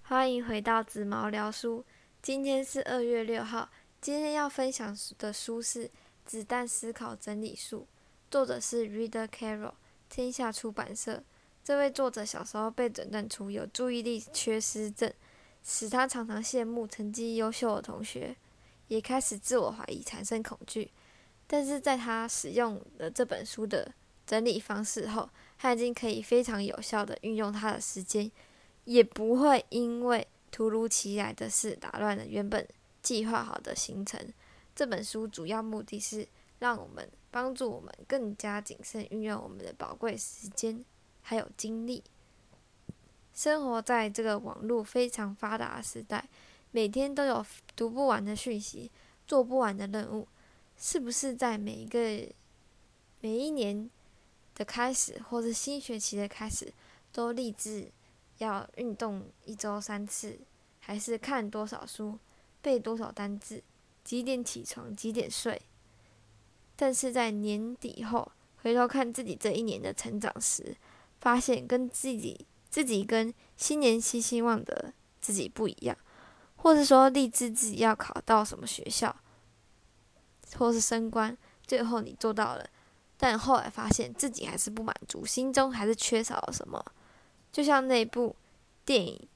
欢迎回到子毛聊书，今天是2月6号。今天要分享的书是《子弹思考整理术》，作者是 Rita Carroll， 天下出版社。这位作者小时候被诊断出有注意力缺失症，使他常常羡慕成绩优秀的同学，也开始自我怀疑，产生恐惧。但是在他使用了这本书的整理方式后，他已经可以非常有效地运用他的时间，也不会因为突如其来的事打乱了原本计划好的行程。这本书主要目的是帮助我们更加谨慎运用我们的宝贵时间还有精力。生活在这个网络非常发达的时代，每天都有读不完的讯息，做不完的任务。是不是在每一年的开始，或是新学期的开始，都立志要运动1周3次，还是看多少书，背多少单字，几点起床，几点睡？但是在年底后回头看自己这一年的成长时，发现跟自己跟新年新希望的自己不一样，或是说立志自己要考到什么学校，或是升官，最后你做到了，但后来发现自己还是不满足，心中还是缺少了什么。就像那部电影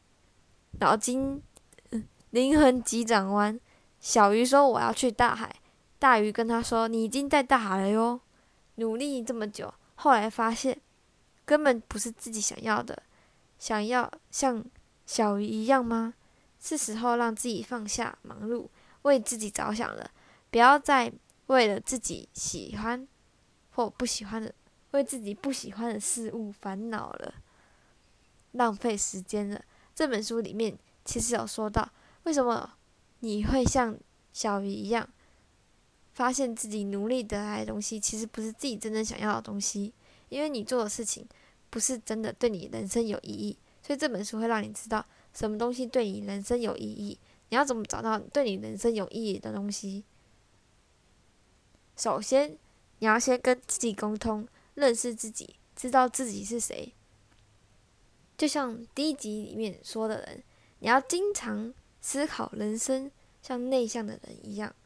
灵魂急转弯，小鱼说我要去大海，大鱼跟他说你已经在大海了哟。努力这么久，后来发现根本不是自己想要的。想要像小鱼一样吗？是时候让自己放下忙碌，为自己着想了，不要再为了自己喜欢或不喜欢的，为自己不喜欢的事物烦恼了，浪费时间了。这本书里面其实有说到，为什么你会像小鱼一样，发现自己努力得来的东西其实不是自己真正想要的东西，因为你做的事情不是真的对你人生有意义。所以这本书会让你知道什么东西对你人生有意义，你要怎么找到对你人生有意义的东西。首先你要先跟自己沟通，认识自己，知道自己是谁。就像第一集里面说的人，你要经常思考人生，像内向的人一样。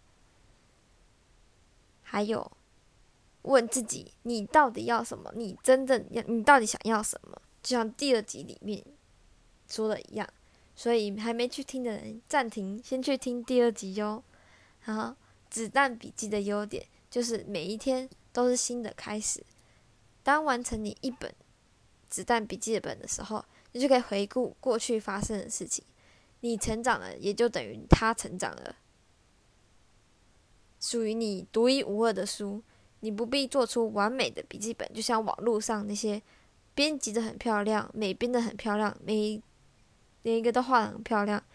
还有问自己，你到底要什么？你到底想要什么？就像第2集里面说的一样。所以还没去听的人，暂停，先去听第2集哟。然后，子弹笔记的优点就是每一天都是新的开始。当完成你一本子弹笔记本的时候，你就可以回顾过去发生的事情。你成长了，也就等于他成长了。属于你独一无二的书，你不必做出完美的笔记本，就像网络上那些编辑的很漂亮，美编的很漂亮，每一个都画得很漂亮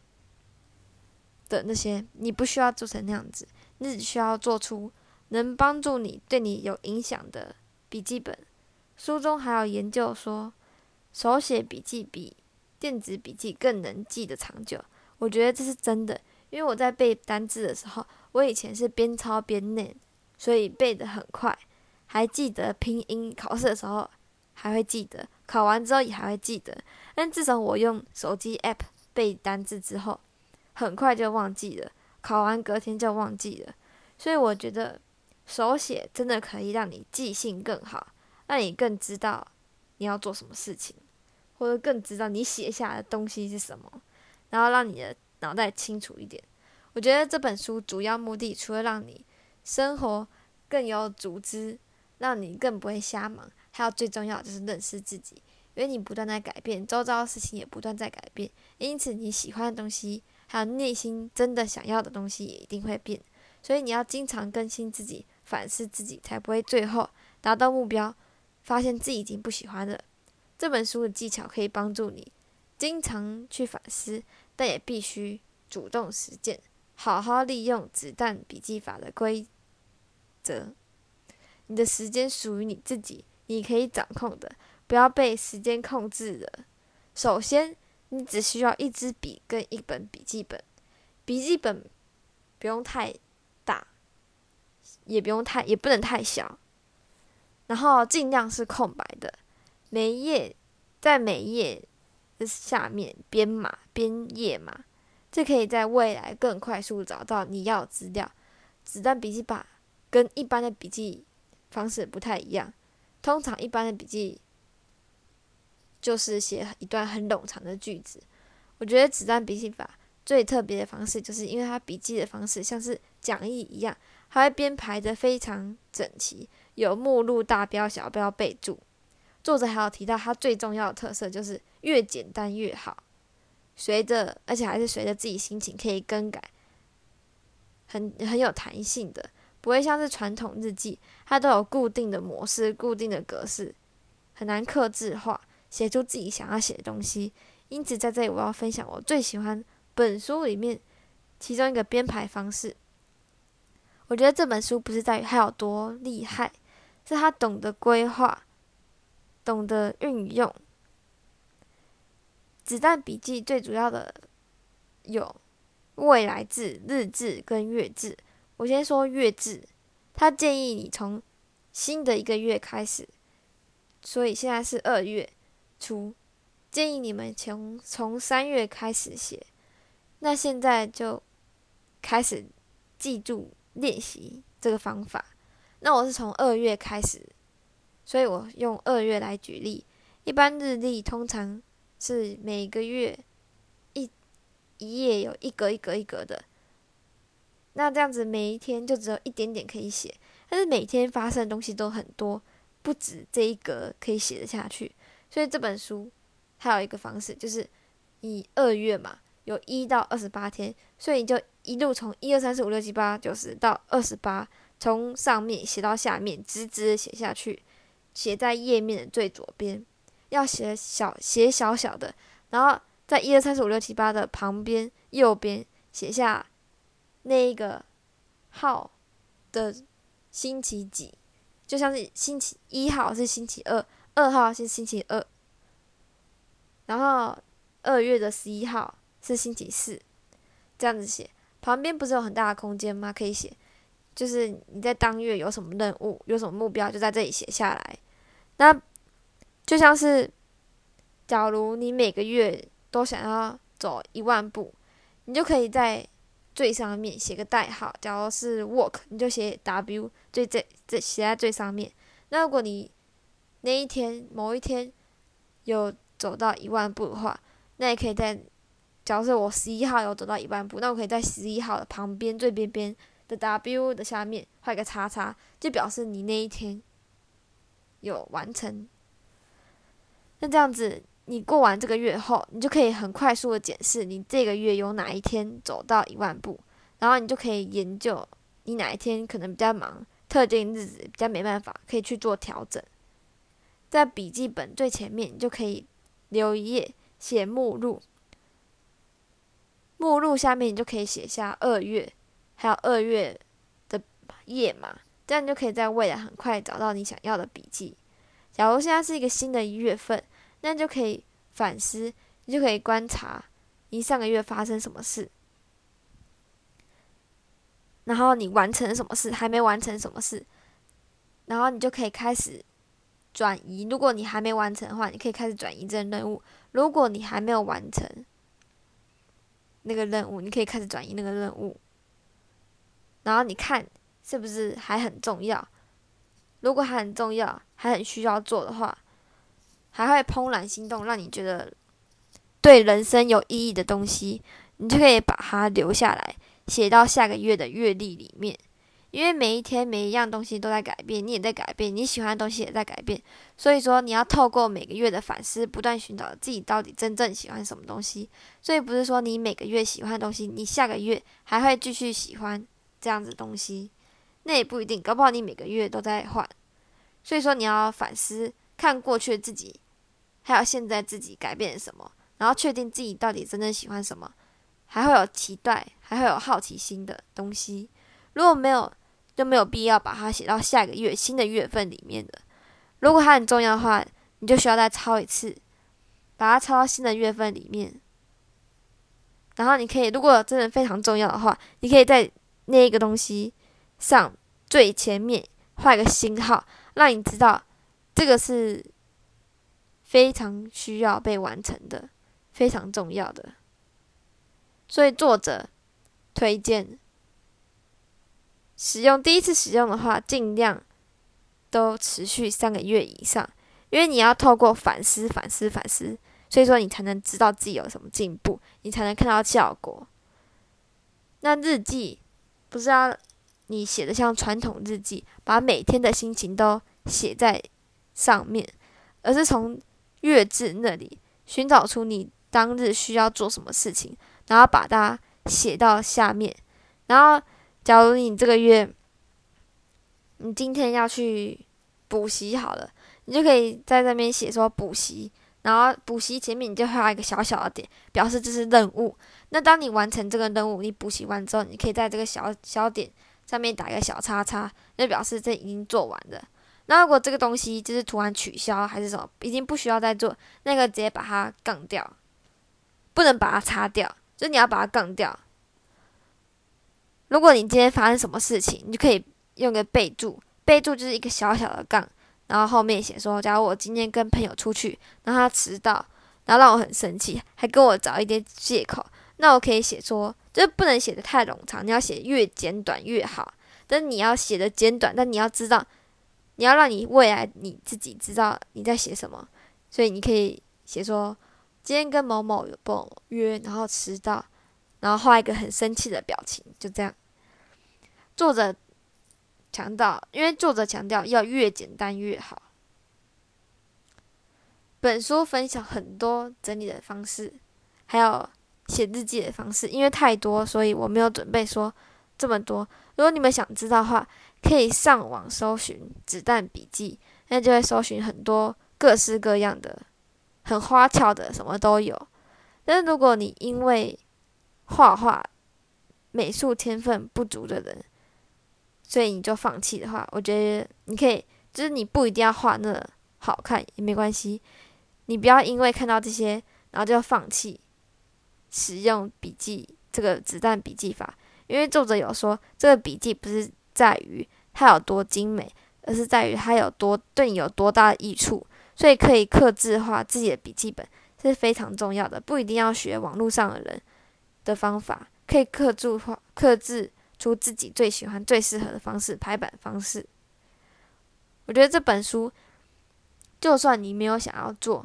的那些，你不需要做成那样子，你只需要做出能帮助你、对你有影响的笔记本。书中还有研究说，手写笔记比电子笔记更能记得长久。我觉得这是真的，因为我在背单字的时候，我以前是边抄边念，所以背得很快，还记得拼音，考试的时候还会记得，考完之后也还会记得。但自从我用手机 app 背单字之后，很快就忘记了，考完隔天就忘记了。所以我觉得手写真的可以让你记性更好，让你更知道你要做什么事情，或者更知道你写下的东西是什么，然后让你的脑袋清楚一点。我觉得这本书主要目的除了让你生活更有组织，让你更不会瞎忙，还有最重要的就是认识自己。因为你不断在改变，周遭的事情也不断在改变，因此你喜欢的东西，还有内心真的想要的东西也一定会变。所以你要经常更新自己，反思自己，才不会最后达到目标，发现自己已经不喜欢了。这本书的技巧可以帮助你经常去反思，但也必须主动实践，好好利用子弹笔记法的规则。你的时间属于你自己，你可以掌控的，不要被时间控制了。首先，你只需要一支笔跟一本笔记本，笔记本不用太大，也不能太小，然后尽量是空白的。每一页的的下面编码编页码，这可以在未来更快速找到你要的资料。子弹笔记法跟一般的笔记方式不太一样，通常一般的笔记就是写一段很冗长的句子。我觉得子弹笔记法最特别的方式，就是因为它笔记的方式像是讲义一样，它会编排得非常整齐，有目录、大标、小标、备注。作者还有提到，它最重要的特色就是越简单越好，而且还是随着自己心情可以更改，很有弹性的，不会像是传统日记，它都有固定的模式、固定的格式，很难客制化，写出自己想要写的东西。因此，在这里我要分享我最喜欢本书里面其中一个编排方式。我觉得这本书不是在于它有多厉害，是它懂得规划，懂得运用。子弹笔记最主要的有未来志、日志跟月志。我先说月志，他建议你从新的一个月开始，所以现在是2月初，建议你们从3月开始写。那现在就开始记住练习这个方法。那我是从2月开始，所以我用2月来举例。一般日历通常是每个月一页有一格一格一格的，那这样子每一天就只有一点点可以写，但是每天发生的东西都很多，不止这一格可以写得下去。所以这本书还有一个方式，就是你2月嘛，有1到28天，所以你就一路从1、2、3、4、5、6、7、8、9、10到28，从上面写到下面，直直的写下去，写在页面的最左边，要写小小的，然后在1、2、3、4、5、6、7、8的旁边右边写下那一个号的星期几，就像是星期1号是星期2， 2号是星期2，然后2月的11号是星期4，这样子写。旁边不是有很大的空间吗？可以写，就是你在当月有什么任务、有什么目标，就在这里写下来。那就像是，假如你每个月都想要走10000步，你就可以在最上面写个代号。假如是 work， 你就写 W， 这写在最上面。那如果你那一天某一天有走到10000步的话，那也可以在，假如是我11号有走到10000步，那我可以在11号的旁边最边边的 W 的下面画一个叉叉，就表示你那一天有完成。那这样子，你过完这个月后，你就可以很快速的检视你这个月有哪一天走到10000步，然后你就可以研究你哪一天可能比较忙，特定日子比较没办法，可以去做调整。在笔记本最前面，你就可以留一页写目录，目录下面你就可以写下2月，还有2月的页码，这样你就可以在未来很快找到你想要的笔记。假如现在是一个新的月份，那就可以反思，你就可以观察你上个月发生什么事，然后你完成什么事，还没完成什么事，然后你就可以开始转移。如果你还没完成的话，你可以开始转移这个任务；如果你还没有完成那个任务，你可以开始转移那个任务。然后你看是不是还很重要？如果还很重要，还很需要做的话，还会怦然心动，让你觉得对人生有意义的东西，你就可以把它留下来，写到下个月的月历里面。因为每一天每一样东西都在改变，你也在改变，你喜欢的东西也在改变，所以说你要透过每个月的反思，不断寻找自己到底真正喜欢什么东西。所以不是说你每个月喜欢的东西，你下个月还会继续喜欢这样子的东西，那也不一定，搞不好你每个月都在换。所以说你要反思，看过去的自己，还有现在自己改变了什么，然后确定自己到底真正喜欢什么，还会有期待，还会有好奇心的东西。如果没有，就没有必要把它写到下个月新的月份里面的。如果它很重要的话，你就需要再抄一次，把它抄到新的月份里面。然后你可以，如果真的非常重要的话，你可以在那一个东西上最前面画一个星号，让你知道这个是非常需要被完成的， 非常重要的。所以作者推荐第一次使用的话，尽量都持续3个月以上，因为你要透过反思，所以说你才能知道自己有什么进步，你才能看到效果。那日记不是要你写的像传统日记，把每天的心情都写在上面，而是从月志那里寻找出你当日需要做什么事情，然后把它写到下面。然后假如你这个月你今天要去补习好了，你就可以在那边写说补习，然后补习前面你就画一个小小的点，表示这是任务。那当你完成这个任务，你补习完之后，你可以在这个小点上面打一个小叉叉，那表示这已经做完了。那如果这个东西就是突然取消还是什么，已经不需要再做，那个直接把它杠掉，不能把它擦掉，就是你要把它杠掉。如果你今天发生什么事情，你就可以用个备注，备注就是一个小小的杠，然后后面写说，假如我今天跟朋友出去，然后他迟到，然后让我很生气，还跟我找一点借口，那我可以写说，就是不能写的太冗长，你要写越简短越好。但是你要写的简短，但你要知道，你要让你未来你自己知道你在写什么，所以你可以写说，今天跟某某约，然后迟到，然后画一个很生气的表情，就这样。作者因为作者强调要越简单越好。本书分享很多整理的方式，还有写日记的方式，因为太多，所以我没有准备说这么多。如果你们想知道的话，可以上网搜寻子弹笔记，那就会搜寻很多各式各样的、很花俏的，什么都有。但是如果你因为画画美术天分不足的人，所以你就放弃的话，我觉得你可以，就是你不一定要画那好看也没关系，你不要因为看到这些，然后就放弃使用笔记这个子弹笔记法。因为作者有说，这个笔记不是在于它有多精美，而是在于它对你有多大的益处。所以可以客制化自己的笔记本是非常重要的，不一定要学网络上的人的方法，可以客制出自己最喜欢、最适合的方式，排版方式。我觉得这本书，就算你没有想要做，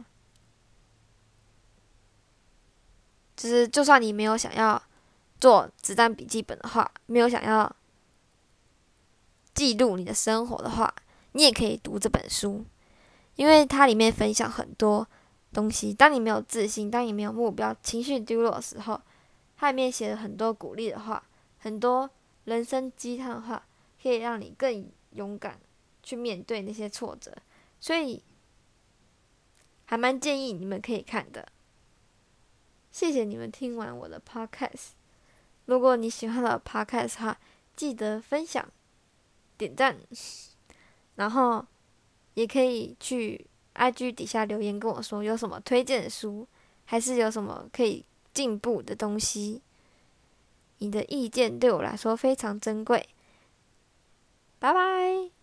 就算你没有想要做子弹笔记本的话，没有想要记录你的生活的话，你也可以读这本书，因为它里面分享很多东西。当你没有自信，当你没有目标，情绪低落的时候，它里面写了很多鼓励的话，很多人生鸡汤的话，可以让你更勇敢去面对那些挫折，所以还蛮建议你们可以看的。谢谢你们听完我的 podcast。如果你喜欢我的 podcast 的话，记得分享、点赞，然后也可以去 IG 底下留言跟我说有什么推荐的书，还是有什么可以进步的东西。你的意见对我来说非常珍贵。拜拜。